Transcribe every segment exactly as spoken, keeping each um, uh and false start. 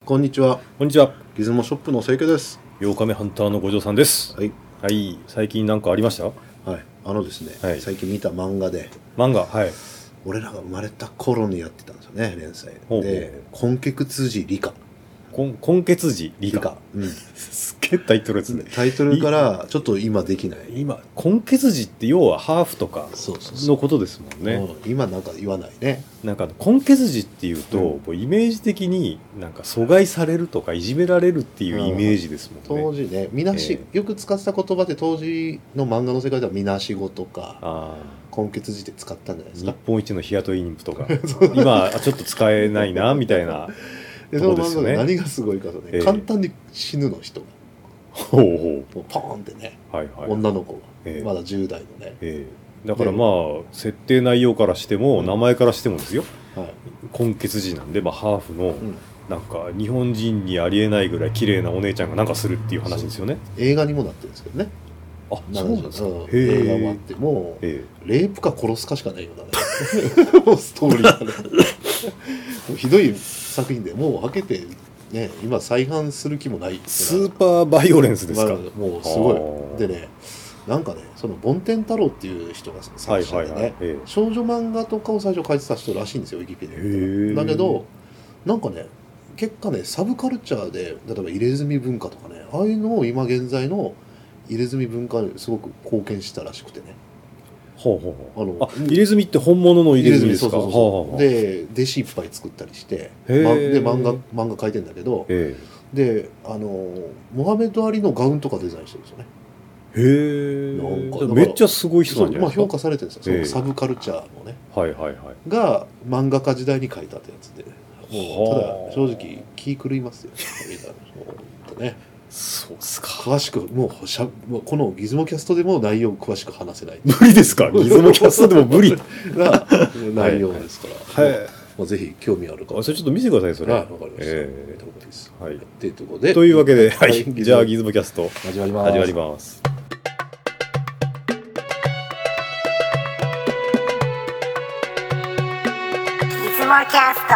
こんにちは。 こんにちは。 ギズモショップの清家です。 ようかめハンターの五条さんです。 はい。 はい。最近何かありました？ はい。あのですね、 はい、 最近見た漫画で、 漫画、はい。 俺らが生まれた頃にやってたんですよね、連載ほうほう。 で、根血寺理科。 根根血寺理科。 うん。 すっげえタイトルですね。 タイトルからちょっと今できない。 今根血寺って要はハーフとかのことですもんね。 そうそうそう。今なんか言わないね。 なんか根血寺っていうと、うん、もうイメージ的になんか阻害されるとかいじめられるっていうイメージですもんね。 当時ね、みなし、えー、よく使ってた言葉で当時の漫画の世界ではみなしごとか。あ根血寺で使ったんじゃないですか。 日本一の日雇い妊婦とか今ちょっと使えないなみたいなでその漫画で何がすごいかとね、えー、簡単に死ぬの人がほうほうもうポーンってね、はいはい、女の子が、えー、まだじゅう代のね、 えー、だからまあ設定内容からしても、うん、名前からしてもですよ、はい、根血寺なんで、まあ、ハーフの、うん、なんか日本人にありえないぐらい綺麗なお姉ちゃんがなんかするっていう話ですよね。 映画にもなってるんですけどね。 あ、そうなんですか。うん、 映画もあってもう、えー、レイプか殺すかしかないようなねストーリーがねひどい作品でもうはけてね、今再販する気もないスーパーバイオレンスですか。 もうすごいでね、なんかね、その梵天太郎っていう人が作者でね、はいはいはい、えー、少女漫画とかを最初書いてた人らしいんですよ、ウィキペディアだけど、なんかね、結果ね、サブカルチャーで例えば入れ墨文化とかね、ああいうのを今現在の入れ墨文化にすごく貢献したらしくてね。 ほうほうほう。あのあ入れ墨って本物の入れ墨ですか。そうそうそうそう。 はあはあ、で弟子いっぱい作ったりして、ま、で漫画漫画描いてんだけど、であのモハメド・アリのガウンとかデザインしてるんですよね。 へえ。なんかめっちゃすごい人なんじゃないですか。 まあ、評価されてるんですよ。そのサブカルチャーのね、 はいはいはい、 が漫画家時代に描いたってやつで、もうただ正直気狂いますよ。ね。 そうっすか。 詳しくもうしゃもうこのギズモキャストでも内容を詳しく話せない。 無理ですか。ギズモキャストでも無理な内容ですから。 はい。 まあぜひ興味ある方。 それちょっと見せてくださいそれ。 はい、わかりました。 えー、です。 はい。 というところで。 というわけで、はい。じゃあギズモキャスト始まります。 始まります。 ギズモキャスト。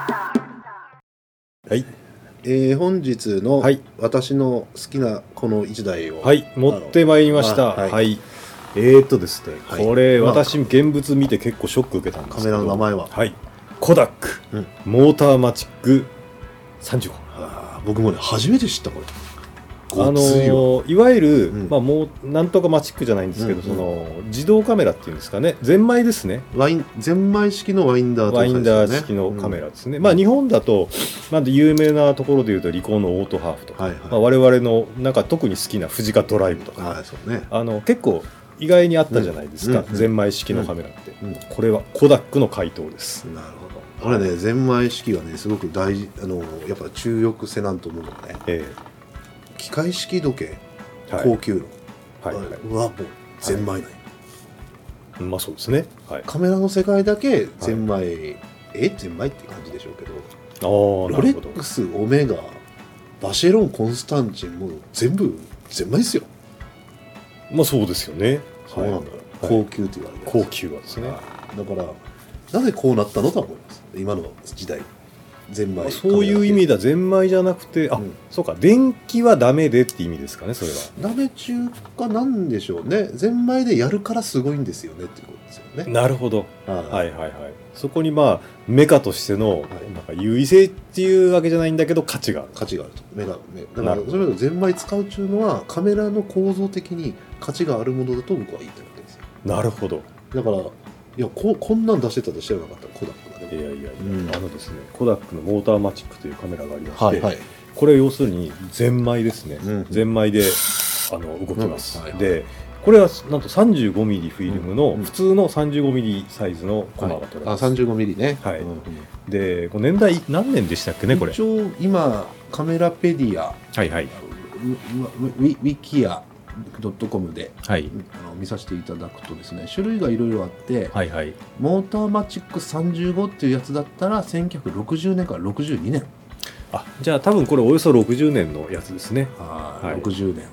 はい。 えー、本日の私の好きなこの一台を、 はい、持ってまいりました。はい、はい、えーとですね、はい、これ、まあ、私現物見て結構ショック受けたんですけど、 カメラの名前は、 はい、コダック、うん、モーターマチックさんじゅうご。 あ、僕もね初めて知ったこれ。 あのー、いわゆる、うん、まあ、もうなんとかマチックじゃないんですけど、うんうん、その自動カメラっていうんですかね、ゼンマイですね。 ワインゼンマイ式のワインダーとかですね。 ワインダー式のカメラですね。うん、まあ日本だとなんで有名なところでいうとリコーのオートハーフとか、はいはい、まあ、我々のなんか特に好きなフジカドライブとか、 はい、そうね、 あの結構意外にあったじゃないですか、ゼンマイ式のカメラって、うんうん、これはコダックの回答です。 なるほど。これね、ゼンマイ式はねすごく大事、あのやっぱ注力せなんと思うのがね、ええ、機械式時計、高級の、はいはいはい、うわもうゼンマイない、 はい、まあそうですね、はい、 カメラの世界だけゼンマイ、はい、えゼンマイって感じでしょうけど、 あロレックス、オメガ、バシェロン、コンスタンチンも全部ゼンマイですよ。 まあそうですよね。 そうなんだ、はい、高級って言われる、 高級はですね。 だからなぜこうなったのとは思います、今の時代。ゼンマイ、 そういう意味だ、ゼンマイじゃなくて、あ、うん、そうか、電気はダメでって意味ですかね、それは。 ダメ中華なんでしょうね。ゼンマイでやるからすごいんですよねっていうことですよね。 なるほど、はいはいはい。そこにまあメカとしてのなんか優位性っていうわけじゃないんだけど価値がある。 価値があると。メガメだからそれをゼンマイ使うっていうのはカメラの構造的に価値があるものだと僕は言ってるわけですよ。 なるほど。 だからいや こ, こんなん出してたと知らなかったらコダックだね。 いやいやいや、うん、あのですね、コダックのモーターマチックというカメラがありまして、はいはい、これ要するにゼンマイですね、うん、ゼンマイであの動きます、うん、はいはい、でこれはなんと さんじゅうごミリ フィルムの普通の さんじゅうごミリ サイズのコマが撮れます、はい、あさんじゅうごミリ ね、 はい、うん、でこの年代何年でしたっけねこれ。 一応今カメラペディア、 はいはい、 ウィ, ウィキアドットコム で、はい、あの見させていただくとですね、種類がいろいろあって、はいはい、モーターマチックさんじゅうごっていうやつだったらせんきゅうひゃくろくじゅうねんからろくじゅうにねん。 あ、じゃあ多分これおよそろくじゅうねんのやつですね。 あ、はい、ろくじゅうねん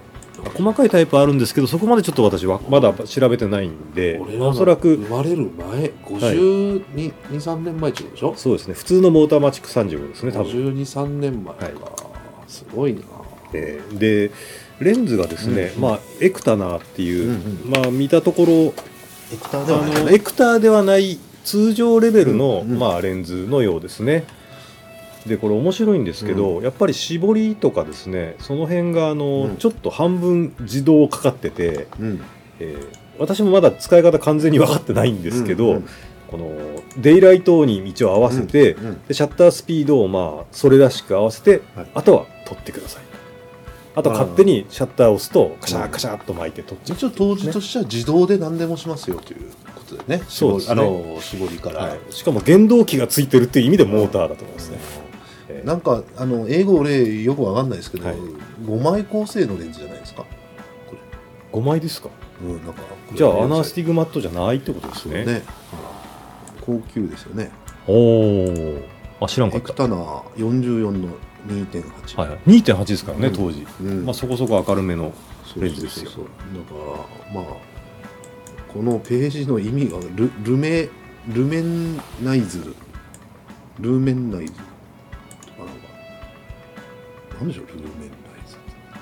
細かいタイプあるんですけど、そこまでちょっと私はまだ調べてないんで、おそらく生まれる前ごじゅうに、はい、さんねんまえってことでしょ。 そうですね、普通のモーターマチックさんじゅうごですね、多分ごじゅうに、さんねんまえか、はい、すごいな。 えー、でレンズがですね、うんうん、まあ、エクタナーっていう、うんうん、まあ、見たところエクターではない、 ね、エクターではない通常レベルの、うんうん、まあ、レンズのようですね。でこれ面白いんですけど、うん、やっぱり絞りとかですね、その辺があの、うん、ちょっと半分自動かかってて、うん、えー、私もまだ使い方完全に分かってないんですけど、うんうん、このデイライトに一応合わせて、うんうん、でシャッタースピードをまあそれらしく合わせて、はい、あとは撮ってください。あと勝手にシャッターを押すとカシャーカシャーっと巻いて撮っちゃう。 一応当時としては自動で何でもしますよということでね。 そうですね。 あの絞りから、はい、 しかも原動機がついてるっていう意味でモーターだと思いますね。 えー、なんかあの英語俺よくわかんないですけど、はい、ごまい構成のレンズじゃないですか。これごまいですか。 うん、なんかじゃあアナスティグマットじゃないってことですね。 ね、うん、高級ですよね。 おお。あ、知らんかった。 エクタナーよんじゅうよんの にてんはち、 はいはい、にてんはち ですからね、うん、当時、 うん、 まあ、そこそこ明るめのレンズですよ。 そうそうそう、だからまあこのページの意味が ル, ルメルメンナイズルーメンナイズとかなんかなんでしょう、ルーメンナイズ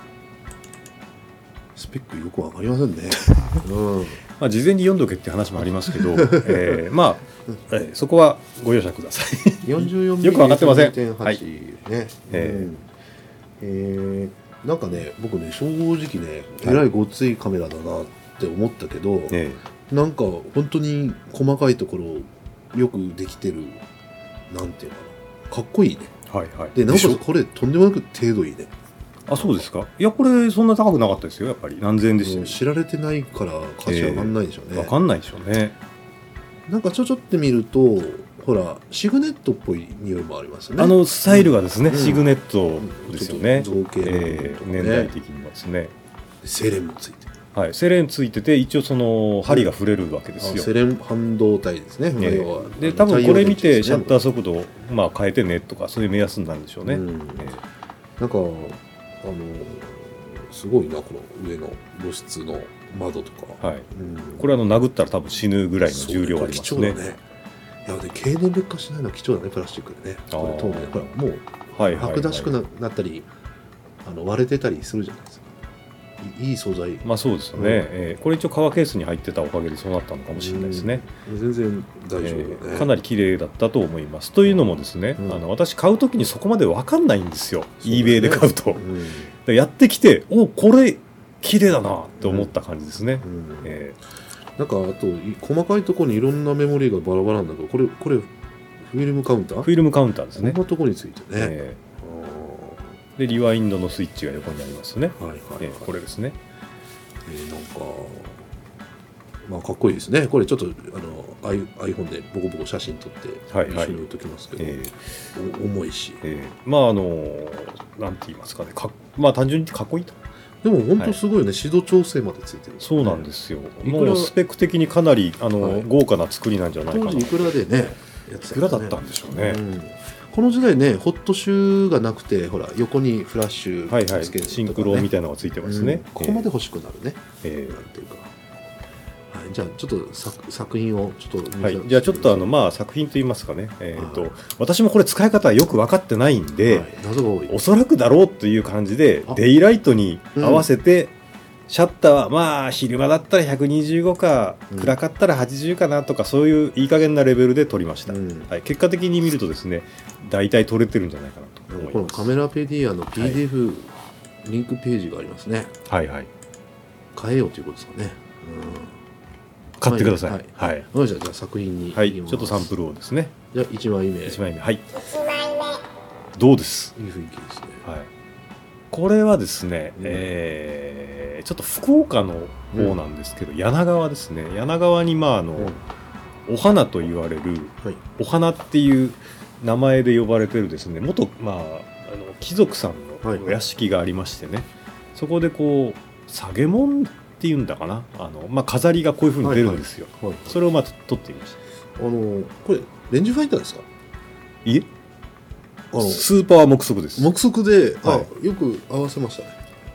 スペックよくわかりませんね、うん、 まあ事前に読んどけって話もありますけど、えー、まあ、えー、そこはご容赦ください。 よんじゅうよんミリよくわかってません。 にてんはち ね、はい、えーえー、なんかね僕ね正直ねえらいごっついカメラだなって思ったけど、はい、なんか本当に細かいところよくできてる、なんていうかな、かっこいいね。 はいはい、 でなおかつこれとんでもなく程度いいね。 あ、そうですか。いやこれそんな高くなかったですよ。やっぱり何千円でしたよ。 知られてないから価値上がんないでしょうね。 分かんないでしょうね。 なんかちょちょって見るとほらシグネットっぽい匂いもありますよね。 あのスタイルがですね、うん、シグネットですよね。 造形の、ね、 えー、年代的にはですね。 セレンもついてる。 はい、セレンついてて一応その針が触れるわけですよ。 セレン半導体ですね。 えー、で多分これ見てシャッター速度をまあ変えてねとかそういう目安になるんでしょうね。うん、えー、 なんかあのすごいな、この上の露出の窓とか。はい、うん、 これあの殴ったら多分死ぬぐらいの重量ありますね。 貴重だね。いやで経年劣化しないのは貴重だね、プラスチックでね。これ透明、ほらもう白だしく な, なったりあの割れてたりするじゃないですか。いい素材。 まあそうですよね、うん、えー、これ一応革ケースに入ってたおかげでそうなったのかもしれないですね。 うん、全然大丈夫だね、 えー、かなり綺麗だったと思います。というのもですね、うん、あの私買うときにそこまで分かんないんですよ、ね、eBay で買うと、うん、やってきておこれ綺麗だなって思った感じですね、うんうん、えー、なんかあと細かいところにいろんなメモリーがバラバラなんだけど、これこれフィルムカウンターフィルムカウンターですね。 こんなところについてね、えー、でリワインドのスイッチが横にありますね、はいはいはい、えー、これですね。 えー、なんかまあかっこいいですね。これちょっとあの iPhone でボコボコ写真撮って一緒に置いときますけど、はいはい、えー、重いし、 えー、まああのなんて言いますかね、かまあ単純にかっこいいと。 でも本当すごいよね、はい、指導調整までついてる、ね、 そうなんですよ。もうスペック的にかなりあの、はい、豪華な作りなんじゃないかな。 当時いくらでね、 いくらだったんでしょうね、うん、 この時代ねホットシューがなくてほら横にフラッシュつけるとか、ね、はいはい、 シンクロみたいなのがついてますね、うん、 ここまで欲しくなるね、えー、なんていうか、はい、じゃあちょっと 作, 作品をちょっと、 はい、じゃあちょっとあのまあ作品といいますかね、えーとはい、私もこれ使い方はよく分かってないんで、はい、 謎が多い。 おそらくだろうという感じでデイライトに合わせて、うん、シャッターはまあ昼間だったらひゃくにじゅうごか、うん、暗かったらはちじゅうかなとかそういういい加減なレベルで撮りました、うん、はい、結果的に見るとですね大体撮れてるんじゃないかなと思います。 このカメラペディアの ピーディーエフ、はい、リンクページがありますね。 はいはい、 変えようということですかね、 うん、買ってください。はい、 はい、はい、じゃあ作品に、 はい、ちょっとサンプルをですね。 じゃあいちまいめいちまいめ、はい、どうです。 いい雰囲気ですね。 はい、これはですね、うん、えー、ちょっと福岡の方なんですけど、うん、柳川ですね。柳川にまああの、うん、お花と言われる、はい、お花っていう名前で呼ばれてるですね、元、まあ、あの貴族さんのお屋敷がありましてね、はい、そこでこう下げ物っていうんだかな、あの、まあ、飾りがこういう風に出るんですよ、はいはいはい、それをまあ撮ってみました。 あのこれレンジファインダーですか。 いえ、あのスーパー目測です。 目測で、はい、あよく合わせましたね。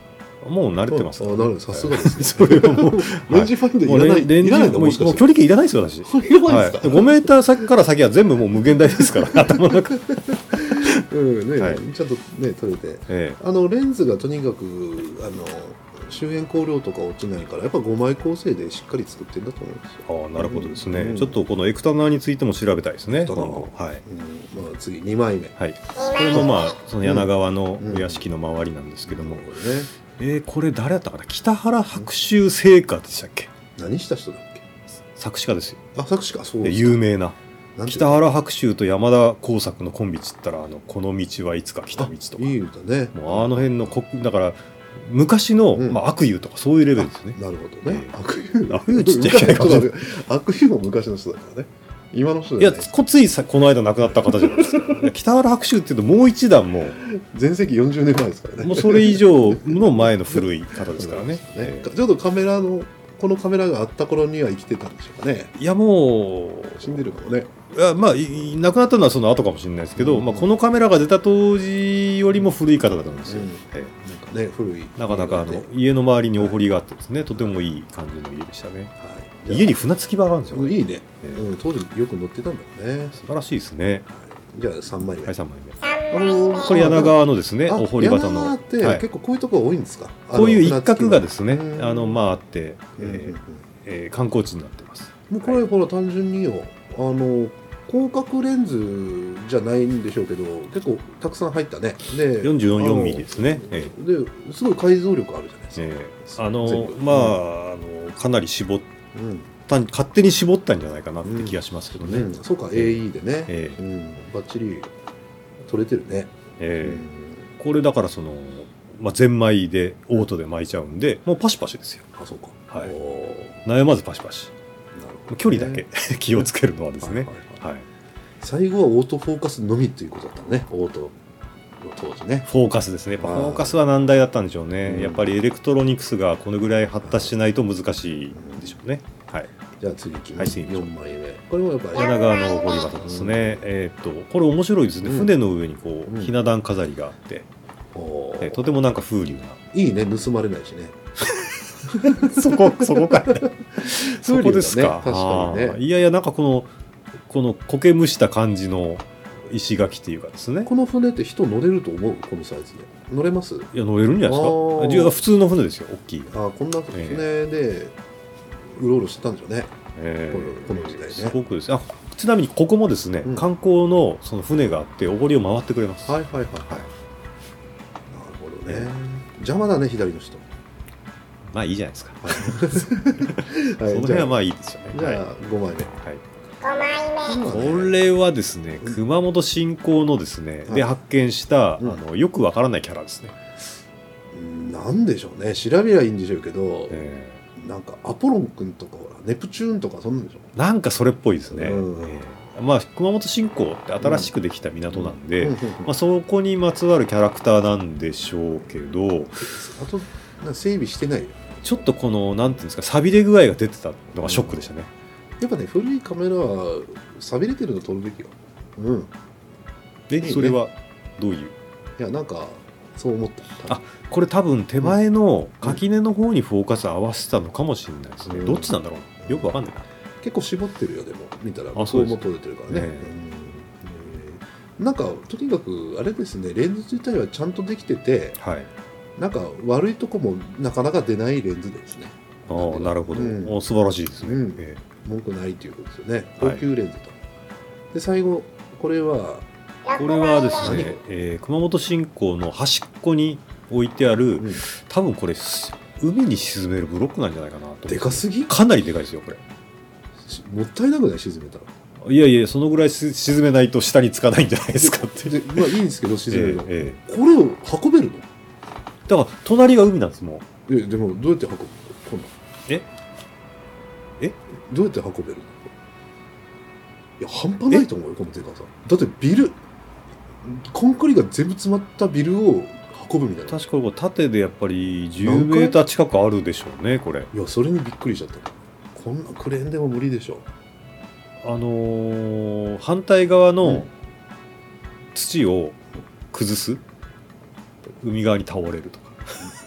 もう慣れてますから、 ね、ああ、なるさすがですね。それはもうレンジファインダーいらない、 レンジ、 いらないのもう距離計いらないですよ私。 いらないですか。 はい、ごメーター先から先は全部もう無限大ですから頭の中。 うんね、 はい、 ちゃんとね取れて、 ええ、 あのレンズがとにかくあの周辺光量とか落ちないからやっぱごまい構成でしっかり作ってるんだと思うんですよ。 ああ、なるほどですね、 うん、 ちょっとこのエクタナーについても調べたいですね。 はい、 うん、まあ、次にまいめ、 はい、これもまあその柳川のお屋敷の周りなんですけども、うんうん、これね、えー、これ誰だったかな、北原白秋製菓でしたっけ。 何した人だっけ。 作詞家ですよ。 あ、作詞家、そうですか。 有名な北原白秋と山田耕作のコンビっつったら、あのこの道はいつか来た道とか、 いい歌ね。 もうあの辺のこだから昔の、うん、まあ、悪友とかそういうレベルですね。 なるほどね、えー、悪友悪友ちっちゃいかもしれない。 悪友も昔の人だからね。今の人じゃない。いや、こついさこの間亡くなった方じゃないですか。北原白秋っていうともう一段も全盛期よんじゅうねんまえですからね。 もうそれ以上の前の古い方ですからね。ね、 えー、ちょっとカメラのこのカメラがあった頃には生きてたんでしょうかね。 いや、もう死んでるかもね。 いや、まあ亡くなったのはその後かもしれないですけど、うん、まあ、このカメラが出た当時よりも古い方だと思うんですよ、うん、 えー、なんかね、古いなかなかあの家の周りにお堀があってですね、とてもいい感じの家でしたね。はい、家に船着き場があるんですよ。 いいね、えーうん、当時よく乗ってたんだよね。 素晴らしいですね。はい、 じゃあさんまいめ。 はい、さんまいめ。あのー、これ柳川のですね、お堀端の。 柳川って結構こういうところ多いんですか。 こういう一角がですね、あのまああって、えーえー、観光地になってます。 もうこれ、はい、ほら単純によ、あの広角レンズじゃないんでしょうけど結構たくさん入ったね。でよんじゅうよんミリですね。 ええ、ですごい解像力あるじゃないですか。 えー、あのまあ、うん、あのかなり絞った、うん、勝手に絞ったんじゃないかなって気がしますけどね。 うんうん、そうか、エーイー でね、えーうん、バッチリ撮れてるね。 えーうん、これだからその、まあ、ゼンマイでオートで巻いちゃうんでもうパシパシですよ。 あ、そうか、 はい、悩まずパシパシ。距離だけ気をつけるのはですね。はいはいはい、 最後はオートフォーカスのみということだったね。オートの当時ね。 フォーカスですね。フォーカスは難題だったんでしょうね。うん、やっぱりエレクトロニクスがこのぐらい発達しないと難しいでしょうね。はい。 じゃあ次いきます。はい、よんまいめ。これもやっぱり柳川の堀端ですね。うん、えっとこれ面白いですね。うん、船の上にこう、うん、ひな壇飾りがあって、えとてもなんか風流な。 いいね。盗まれないしね。 そこそこか、ね、そこですか。 確かにね。 いやいや、なんかこのこの苔むした感じの石垣っていうかですね。 この船って人乗れると思う？このサイズで乗れます？ いや、乗れるんじゃないですか。じゃあ普通の船ですよ、大きい。 あ、こんな船でうろうろしてたんでしょうね。えー、このこの時代ね。 すごくです。あ、ちなみにここもですね、うん、観光のその船があってお堀を回ってくれます。 はいはいはい。はい、なるほどね。邪魔だね、左の人。 まあいいじゃないですか。はい、その辺はまあいいですよね。 じゃあごまいめ。 はい。これはですね、熊本新港のですね、で発見した、うん、あのよくわからないキャラですね。 なんでしょうね。調べりゃいいんでしょうけど、えー、なんかアポロン君とかネプチューンとかそんなんでしょ。 なんかそれっぽいですね。うん、えー、まあ熊本新港って新しくできた港なんで、まあそこにまつわるキャラクターなんでしょうけど、 あと整備してないよ。 ちょっとこのなんていうんですか、錆びれ具合が出てたのがショックでしたね。 うん、やっぱね、古いカメラは錆びれてるの撮るべきよ。うん。 で、いいね、それはどういう？ いや、なんかそう思った。 あ、これ多分手前の垣根の方にフォーカス合わせたのかもしれないですね。うん、どっちなんだろう。よくわかんないな。 結構絞ってるよ、でも見たらこうも撮れてるからね。うん、なんかとにかくあれですね、レンズ自体はちゃんとできてて。はい。なんか悪いとこもなかなか出ないレンズですね。 ああ、なるほど、うん、素晴らしいですね、うん、 えー、文句ないということですよね。高級レンズと、はい、で最後これはこれはですね、えー、熊本新港の端っこに置いてある、うん、多分これ海に沈めるブロックなんじゃないかなと。 でかすぎ？ かなりでかいですよこれ。 もったいなくない？沈めたら。 いやいや、そのぐらい沈めないと下につかないんじゃないですかって。 まあいいんですけど沈めるの、えーえー、これを運べるの？ だから隣が海なんですもん。え、でもどうやって運ぶの？こんな。 え？え？ どうやって運べるの？いや、半端ないと思うよこのでかさ。だってビル、コンクリが全部詰まったビルを運ぶみたいな。 確かに縦でやっぱりじゅうメーター近くあるでしょうねこれ。 いや、それにびっくりしちゃった。こんなクレーンでも無理でしょ。 あのー、反対側の土を崩す。海側に倒れるとか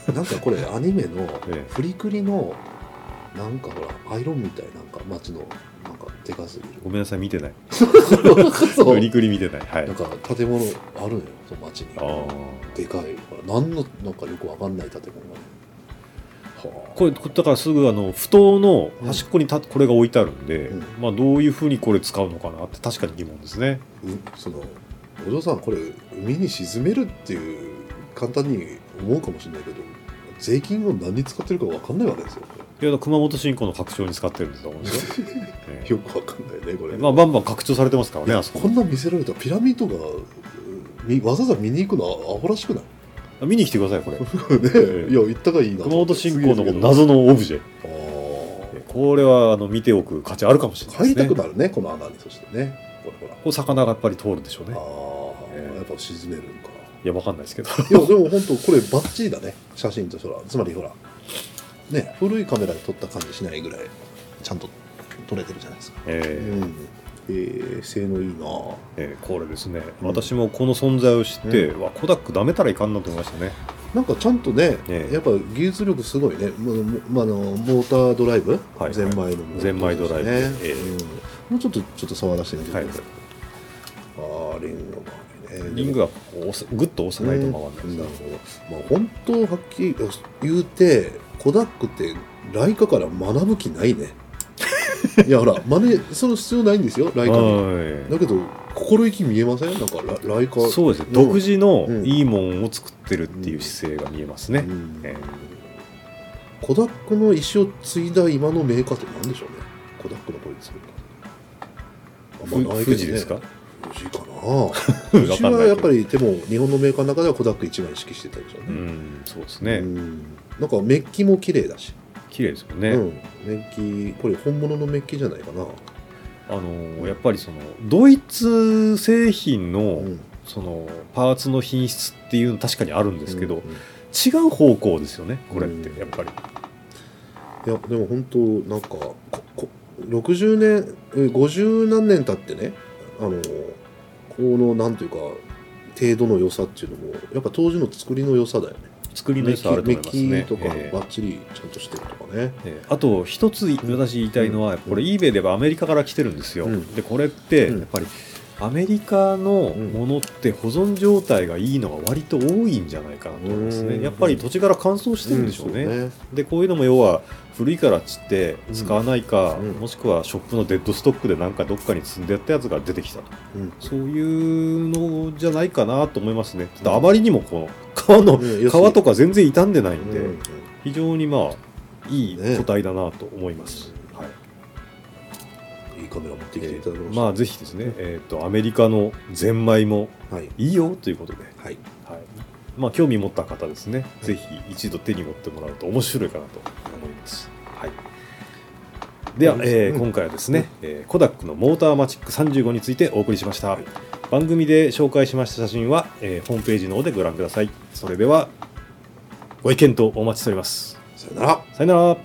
なんかこれアニメのフリクリのなんかほらアイロンみたいなんか街のなんかでかすぎる。 ごめんなさい見てない。 そうフリクリ見てない。はい。 なんか建物あるのよその街に。あでかい何のなんかよくわかんない建物がね。 これだからすぐあの埠頭の端っこにたこれが置いてあるんで、うん、まあどういうふうにこれ使うのかなって確かに疑問ですね。 うん、そのお嬢さんこれ海に沈めるっていう簡単に思うかもしれないけど税金を何に使ってるか分かんないわけですよ。 いや熊本新港の拡張に使ってるんですと思うんですよ。 よく分かんないねこれ。 まあバンバン拡張されてますからね。あそここんな見せられたピラミッドがわざわざ見に行くのはアホらしくない？ 見に来てくださいこれ。 ね、いや行ったがいいな。 熊本新港の謎のオブジェ。あこれはあの見ておく価値あるかもしれないですね。 入りたくなるねこの穴に。そしてねこれほら。 こう魚がやっぱり通るでしょうね。ああ、えー、やっぱ沈めるんか。 いやわかんないですけど。 いやでも本当これバッチリだね写真とそらつまりほらね古いカメラで撮った感じしないぐらいちゃんと撮れてるじゃないですか。えーうんえー、性能いいな、 えー、これですね、うん、私もこの存在を知って、うん、わコダックダメたらいかんなと思いましたね。 なんかちゃんとね、えー、やっぱ技術力すごいね、ま、まあのモータードライブ、はい、ゼンマイのモーター、ね、ゼンマイドライブ、えーうん、もうちょっとちょっと触らせてみてください。ああリングが、 ね、リングはこうグッと押さないと回らないです、ね、なるほど。まあ本当はっきり言うてコダックってライカから学ぶ気ないね。いやほら真似その必要ないんですよライカに。だけど心意気見えません？なんか ラ, ライカそうですね、独自のいいもんを作ってるっていう姿勢が見えますね。うんうんえー、コダックの意思を継いだ今のメーカーって何でしょうね。コダックのポイント作るか、まあね、富士ですか？ 富士かな。富士はやっぱりでも日本のメーカーの中ではコダック一番意識してたでしょうね。うんそうですね。 うんなんかメッキも綺麗だし綺麗ですよね、うん、 メッキこれ本物のメッキじゃないかな。 あのー、やっぱりそのドイツ製品 の,、うん、そのパーツの品質っていうの確かにあるんですけど、うんうん、違う方向ですよねこれってやっぱり、 うん、いやでも本当なんかこころくじゅうねんごじゅう何年経ってねあのこのなんていうか程度の良さっていうのもやっぱ当時の作りの良さだよね。 作りの良さあると思いますね。 メッキとかバッチリちゃんとしてるとかね、 えー、あと一つ私言いたいのは、うん、これ eBay ではアメリカから来てるんですよ、うん、でこれってやっぱりアメリカのものって保存状態がいいのが割と多いんじゃないかなと思いますね。やっぱり土地柄乾燥してるんでしょうね、うん、ねでこういうのも要は古いからっつって使わないか、うん、もしくはショップのデッドストックでなんかどっかに積んでやったやつが出てきたと、うん、そういうのじゃないかなと思いますね。うん、あまりにもこの皮の、うん、皮とか全然傷んでないんで、うん、非常にまあいい個体だなと思います、ねはいいいカメラ持ってきていただきました。 まあぜひですね、えーと、アメリカのゼンマイもいいよということで、はいはい、まあ興味持った方ですね、はい、ぜひ一度手に持ってもらうと面白いかなと思います。はい、では、えーうん、今回はですね、うんえー、コダックのモーターマチックさんじゅうごについてお送りしました。はい、番組で紹介しました写真は、えー、ホームページの方でご覧ください。それではご意見とお待ちしております。 さよなら。 さよなら。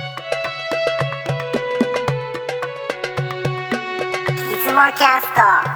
キャスト